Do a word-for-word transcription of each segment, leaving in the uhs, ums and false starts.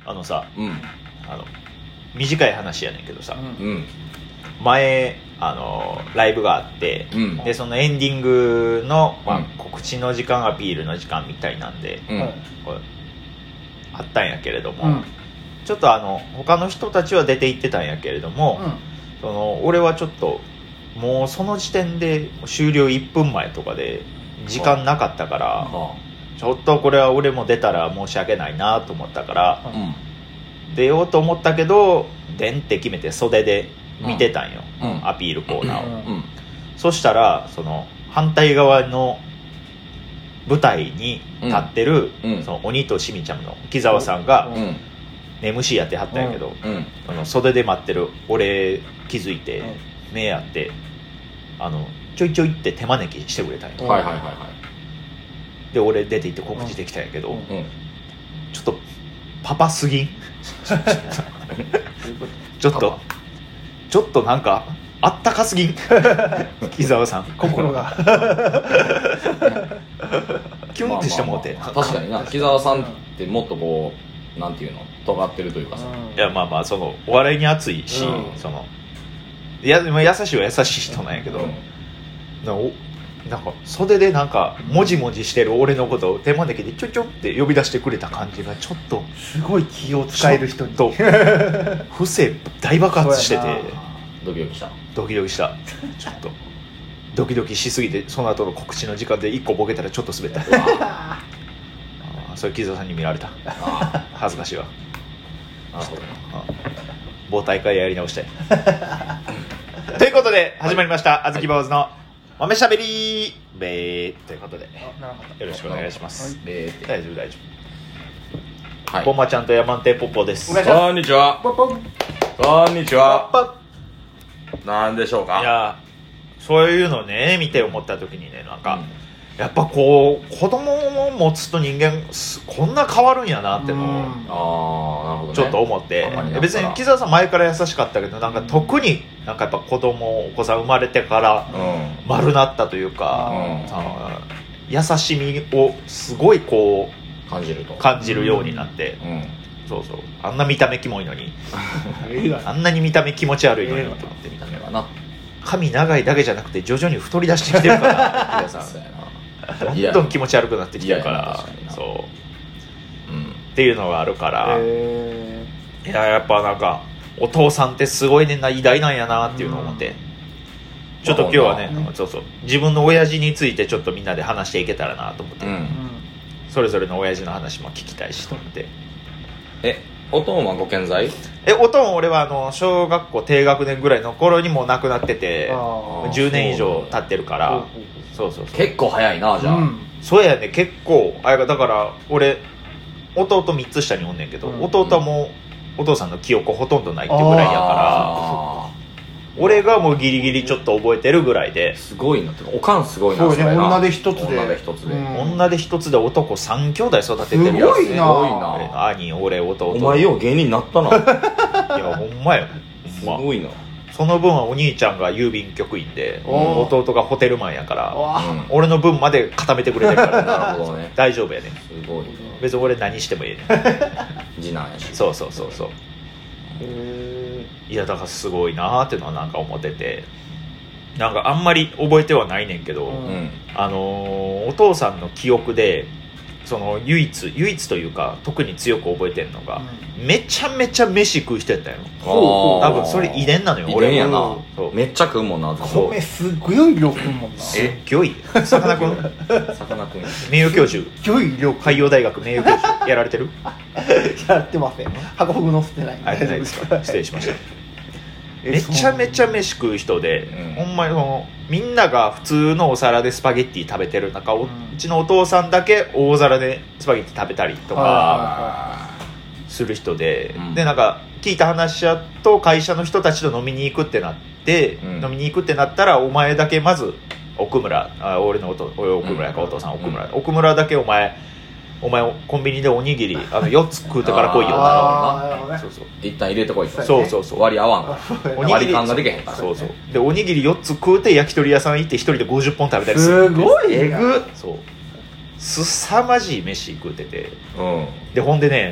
あのさ、 うん、 あの短い話やねんけどさ、 うん、 前あのライブがあって、うん、でそのエンディングの、まあ、告知の時間アピールの時間みたいなんで、うん、これあったんやけれども、うん、ちょっとあの他の人たちは出て行ってたんやけれども、うん、その俺はちょっともうその時点で終了いっぷんまえとかで時間なかったから、うん、ちょっとこれは俺も出たら申し訳ないなと思ったから、うん、出ようと思ったけど出んって決めて袖で見てたんよ、うん、アピールコーナーを、うん、そしたらその反対側の舞台に立ってる、うん、その鬼としみちゃんの木澤さんが、うん、エムシー やってはったんやけど、うん、あの袖で待ってる俺気づいて、うん、目合ってあのちょいちょいって手招きしてくれたんよ、はいはいはいはい、で俺出て行って告知できたんやけど、うん、ちょっとパパすぎんちょっとちょっとなんかあったかすぎん木澤さん心がキュンってしてもうて、 まあまあまあ、確かにな木澤さんってもっとこうなんていうの尖ってるというかさ、 いやまあまあそのお笑いに熱いし、うん、そのいや優しいは優しい人なんやけど、うん、な, なんか袖でなんかもじもじしてる俺のことを手招きでちょちょって呼び出してくれた感じがちょっとすごい気を使える人にと不正大爆発しててドキドキしたドキドキしたちょっとドキドキしすぎてその後の告知の時間でいっこボケたらちょっと滑ったあそれ木澤さんに見られた恥ずかしいわなるほど某大会やり直したいということで始まりました、はい、あずき坊主の豆しゃべりべーということでよろしくお願いします、はい、大丈夫大丈夫、はい、ボンマちゃんとヤマンテポッポです。 こんにちはこんにちは。なんでしょうか。 いやそういうのね見て思った時にねなんか、うん、やっぱこう子供を持つと人間こんな変わるんやなってのをちょっと思って、うん、別に木澤さん前から優しかったけどなんか特になんかやっぱ子供お子さん生まれてから丸なったというか、うん、優しみをすごいこう感じると感じるようになって、うんうん、そうそうあんな見た目キモいのにあんなに見た目気持ち悪いのにと思って見た目はな髪長いだけじゃなくて徐々に太り出してきてるから皆さんどんどん気持ち悪くなってきてるからそう、うん、っていうのがあるから、えー、いややっぱなんかお父さんってすごいねんな偉大なんやなっていうのを思って、うん、ちょっと今日はね、うん、そうそう自分の親父についてちょっとみんなで話していけたらなと思って、うん、それぞれの親父の話も聞きたいしと思ってえおとんはご健在？ えおとん俺はあの小学校低学年ぐらいの頃にもう亡くなっててじゅうねん以上経ってるからそうそうそう結構早いなじゃあ、うん、 そうやね結構あれだから俺弟みっつ下におんねんけど、うん、弟はもうお父さんの記憶ほとんどないっていうぐらいやから俺がもうギリギリちょっと覚えてるぐらいですごいなっておかんすごいなそうね女手一つで女手一つで、うん、 女手一つで男さん兄弟育ててるすごいなすごいな兄俺弟お前よう芸人になったないやほんまよすごいなその分はお兄ちゃんが郵便局員で弟がホテルマンやから、うん、俺の分まで固めてくれてるからなるほどね大丈夫やねすごい別に俺何してもいいね次男やしそうそうそうそういやだからすごいなーっていうのはなんか思っててなんかあんまり覚えてはないねんけど、うん、あのー、お父さんの記憶でその唯一唯一というか特に強く覚えてるのが、うん、めちゃめちゃ飯食う人やったよ多分それ遺伝なのよ遺伝やなめっちゃ食うもんな米すごい量食うもんなえギョイさかなクンさかなクン名誉教授ギョイ量海洋大学名誉教授やられてるやってません箱フグ乗せてないあれないですか失礼しましためちゃめちゃ飯食う人で、うん、ほんまにそのみんなが普通のお皿でスパゲッティ食べてる中、うん、うちのお父さんだけ大皿でスパゲッティ食べたりとかする人で、うん、でなんか聞いた話やと会社の人たちと飲みに行くってなって、うん、飲みに行くってなったらお前だけまず奥村あ俺のおと俺奥村やからお父さん奥村、うん、奥村だけお前お前コンビニでおにぎりあのよっつ食うてから来いよなそうそう一旦入れてこいそうそうそう割り合わんから割り勘ができへんからそうそうでおにぎりよっつ食うて焼き鳥屋さん行って一人でごじゅっぽん食べたりするすごいえぐそうすさまじい飯食うてて、うん、でほんでね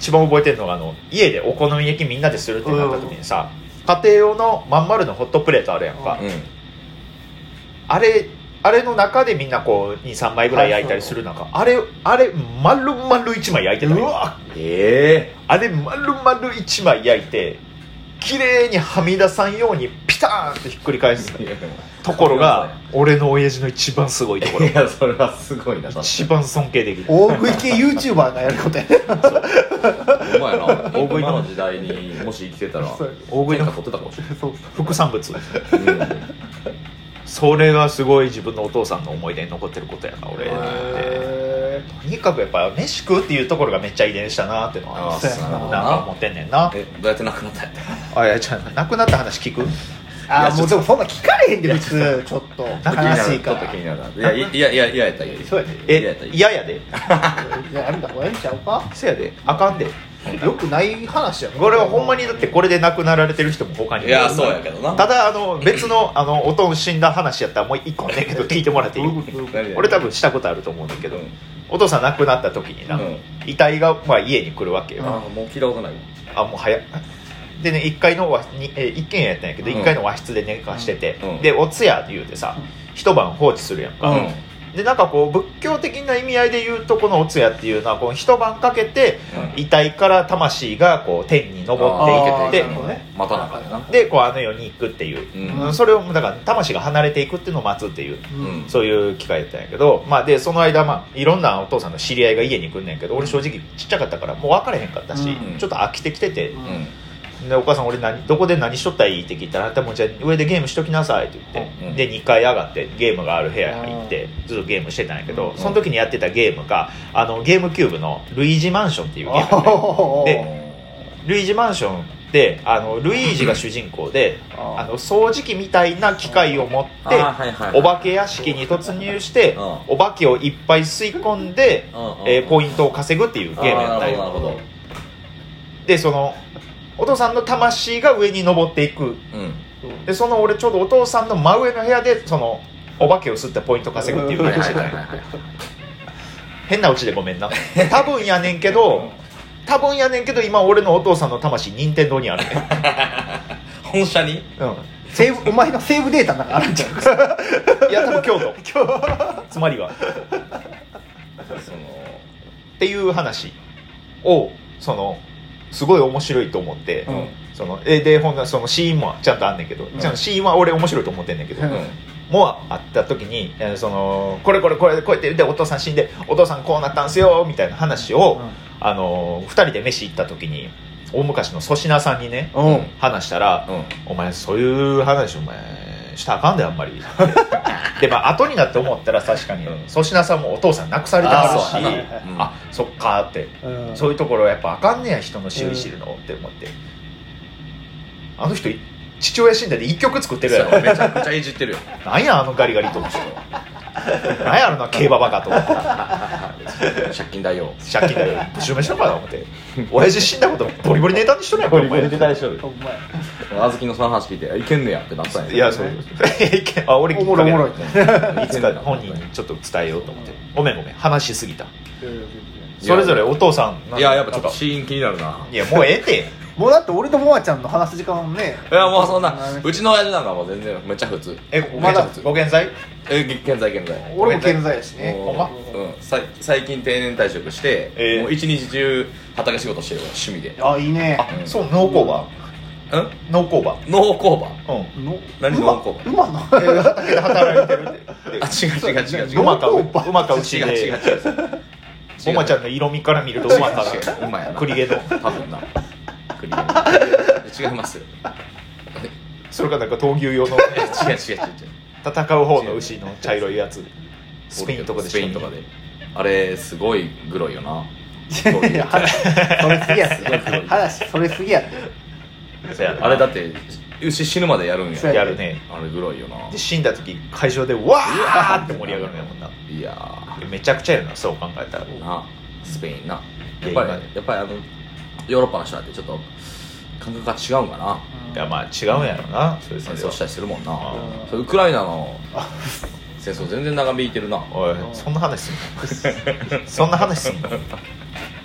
一番覚えてるのがあの家でお好み焼きみんなでするってなった時にさ、家庭用のまん丸のホットプレートあるやんか、 うん、 あれあれの中でみんなこう にさんまいぐらい焼いたりする中、あれあれ丸々いちまい焼いてたよ。 うわええあれ丸々いちまい焼いて綺麗にはみ出さんようにピターンってひっくり返すところが俺の親父の一番すごいところ。 いやそれはすごいな。 一番尊敬できる大食い系 YouTuber がやることやね。 お前な大食いの時代にもし生きてたらそう大食いの天下取ってたかもしれない。 そう副産物、 うんそれがすごい自分のお父さんの思い出に残ってることやな俺って。 へとにかくやっぱ飯食うっていうところがめっちゃ遺伝したなっていうのはあそうやななんか思ってんねんな。 えどうやって亡くなったんやったあいやじゃあ亡くなった話聞く。 あーもうでもそんな聞かれへんで普通ちょっと悲しいかちょっと気ら。 になるないやいやいやいややったらいいそうやで。 え嫌やったらいい嫌やでじゃああれだ親にちゃうか。 せやであかんで。 よくない話やろ。 これはほんまにだってこれで亡くなられてる人も他にいやそうやけどな。 ただあの別のあのおとん死んだ話やったらもう一個ねんけど聞いてもらっていい。 何俺多分したことあると思うんだけど、 うんお父さん亡くなった時にな、 うん遺体がまあ家に来るわけよ、 あもう聞いたことないわ。 あもう早っでねいっかいの和に、えー、一軒家やったんやけど、 うんいっかいの和室で寝かしてて、 うんでお通夜って言うてさ一晩放置するやんか、 うんでなんかこう仏教的な意味合いで言うとこのお通夜っていうのはこう一晩かけて、 うん遺体から魂がこう天に昇っていあってーなるほどねまた中でな。 でこうあの世に行くっていう、 うんうんそれをだから魂が離れていくっていうのを待つっていう、 うんそういう機会だったんやけど、まあ、でその間、まあ、いろんなお父さんの知り合いが家に来んねんけど俺正直ちっちゃかったからもう分からへんかったし、 うんちょっと飽きてきてて、 うんうんでお母さん俺何どこで何しとったらいいって聞いたらあんたもうじゃあ上でゲームしときなさいって言って、 うんでにかい上がってゲームがある部屋に入ってずっとゲームしてたんやけど、 うんその時にやってたゲームがあのゲームキューブのルイージマンションっていうゲームやったんやでルイージマンションってあのルイージが主人公であーあの掃除機みたいな機械を持ってあーはいはいはいお化け屋敷に突入してうんお化けをいっぱい吸い込んでうんうんえーポイントを稼ぐっていうゲームやったんあーなるほどなるほよど。 でそのお父さんの魂が上に登っていくうんでその俺ちょうどお父さんの真上の部屋でそのお化けを吸ってポイント稼ぐっていうゲームしてたんよ変なうちでごめんな多分やねんけど多分やねんけど今俺のお父さんの魂任天堂にあるね本社にうんセーブお前のセーブデータなんかあるんちゃうか。 いや多分京都つまりはっそのていう話をそのすごい面白いと思って、 うんそのえでほんなそのシーンもちゃんとあんねんけど、 んちゃんとシーンは俺面白いと思ってんねんけど、 うんもうあった時にえーそのこれこれこれこうやってでお父さん死んでお父さんこうなったんすよみたいな話を、 うんあのー、ふたりで飯行った時に大昔の粗品さんにね、 うん話したら、 うんお前そういう話お前したらあかんであんまりでまあ後になって思ったら確かにうん粗品さんもお父さん亡くされてはるしあそうやなうんあそっかって、 うんそういうところやっぱあかんねや人の知る知るのって思ってあの人父親死んだで一曲作ってるやろめちゃくちゃいじってるよ。 なんやあのガリガリと思ってなんやあの競馬バカと思って借金代よ。 借金だよぶちのめしようかな思って親父死んだことボリボリネタにしとるやんお前代しとるお前あずきのその話聞いていけんねやってなったんや。 いやそうあ俺おもろいおもろいいつか本人にちょっと伝えようと思ってごめんごめん話しすぎたそれぞれお父さんいややっぱちょっとなんかシーン気になるな。 いやもうええてもうだって俺とモアちゃんの話す時間ね。 いやもうそんなうちの親父なんかもう全然めっちゃ普通。 えまだご健在え現在現在。 俺も健在やしね。 もうほんまうんさい最近定年退職して、 えーもう一日中畑仕事してるわ趣味で。 あいいね。 あそう農工場うん？ 農工場農工場。 うんの何馬農工場馬のえー畑で働いてるってあ違う違う違う違う。 馬か農工場馬か牛違う違う違うで。おまちゃんの色味から見ると馬か違う違う馬やな栗毛の多分な。栗毛違いますよ。 それかなんか闘牛用の違う違う違う違う。 戦う方の牛の茶色いやつスペインとかでスペインとかであれすごいグロいよな。 いや話それすぎやって話それすぎやってそうやなあれだって牛死ぬまでやるんや。 やるねあれグロいよな。 で死んだ時会場でわーって盛り上がるんやもんないやめちゃくちゃやるなそう考えたらーなスペインな。 いややっぱり今やっぱりあのヨーロッパの人だってちょっと感覚が違うんかな。 いやまあ違うんやろなそういう戦争したりするもんな。 うんそれウクライナの戦争全然長引いてるな。 おいそんな話すんのそんな話すんの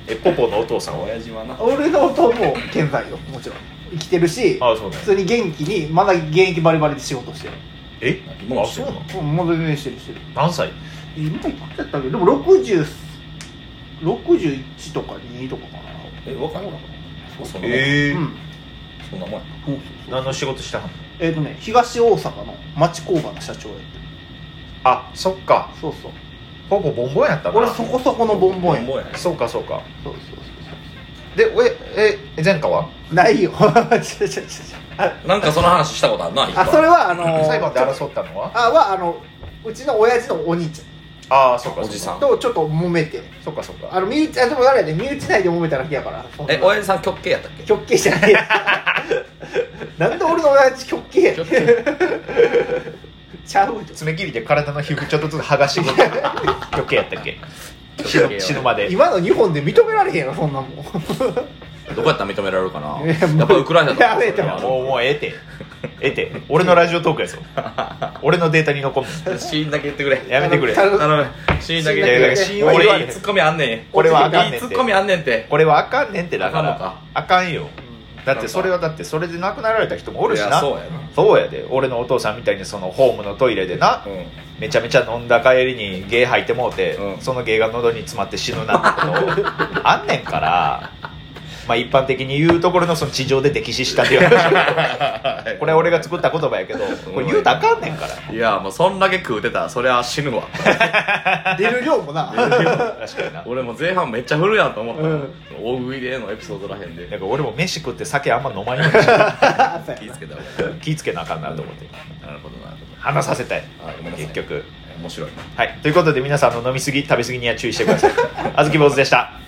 えポポのお父さんは親父はな俺の弟も健在よ、もちろん生きてるし、 あそうね、 普通に元気にまだ現役バリバリで仕事してる。 え今あそうなの、 うんまだ全然してるしてる。 何歳？ 今いくつやったっけ、でもろくじゅう、ろくじゅういちとかにとかかな。 え若いのかな、そんなもん、 えーうん、 そんなもんやそうそうそう何の仕事したの？ えっ、ー、とね東大阪の町工場の社長やってる。 あそっか、 そうそう、 ポポボンボンやったな。 俺そこそこのボンボンや。 ボンボンやねそうかそうか。 そうそうそうでええ前科はそうないよ。ちょちょちょちょあなんかその話したことあるなあそれはあのー、 裁判で争ったのは？ あはあのうちの親父のお兄ちああそっかおじさんゃんとちょっと揉めて、 そっかそっか。 あの身内あでもあれやで身内内で揉めただけやから。そんなえ親父さん極刑やったっけ？ 極刑じゃないやなんで俺の親父極刑やねん極刑ちゃうよ。 爪切りで体の皮膚ちょっとずつ剥がしごと余計やったっけ？死ぬ死ぬまで。 今の日本で認められへんやろそんなもん。 どこやったら認められるかな。 いややっぱウクライナだやめてももうもうええてええて俺のラジオトークやぞ。俺のデータに残るのシーンだけ言ってくれ。 やめてくれ。 頼む頼む。シーンだけ言ってくいやいやれ。 シーンは言われへんツッコミあんねん。 これはあかんねんってツッコミあんねんって。 これはあかんねんってだからあかんのかあかんよ。だってそれはだってそれで亡くなられた人もおるしいな。 やそうやな。 そうやで。俺のお父さんみたいにそのホームのトイレでな、 うんめちゃめちゃ飲んだ帰りにゲー吐いてもうて、 うんそのゲーが喉に詰まって死ぬなんてことあんねんから、まあ一般的に言うところのその地上で溺死したっていう話これは俺が作った言葉やけど、これ言うたらあかんねんから。 いやもうそんだけ食うてたらそりゃ死ぬわ。 出る量もな。 確かにな。 俺も前半めっちゃ振るやんと思った、 うん、 大食いでのエピソードらへんでなんか俺も飯食って酒あんま飲まんようにして気ぃつけたわ気ぃつけなあかんなと思ってなるほどなるほど。 話させたいあごめんなさい結局。 面白い。 はい、ということで皆さんの飲みすぎ食べ過ぎには注意してください。あずき坊主でした。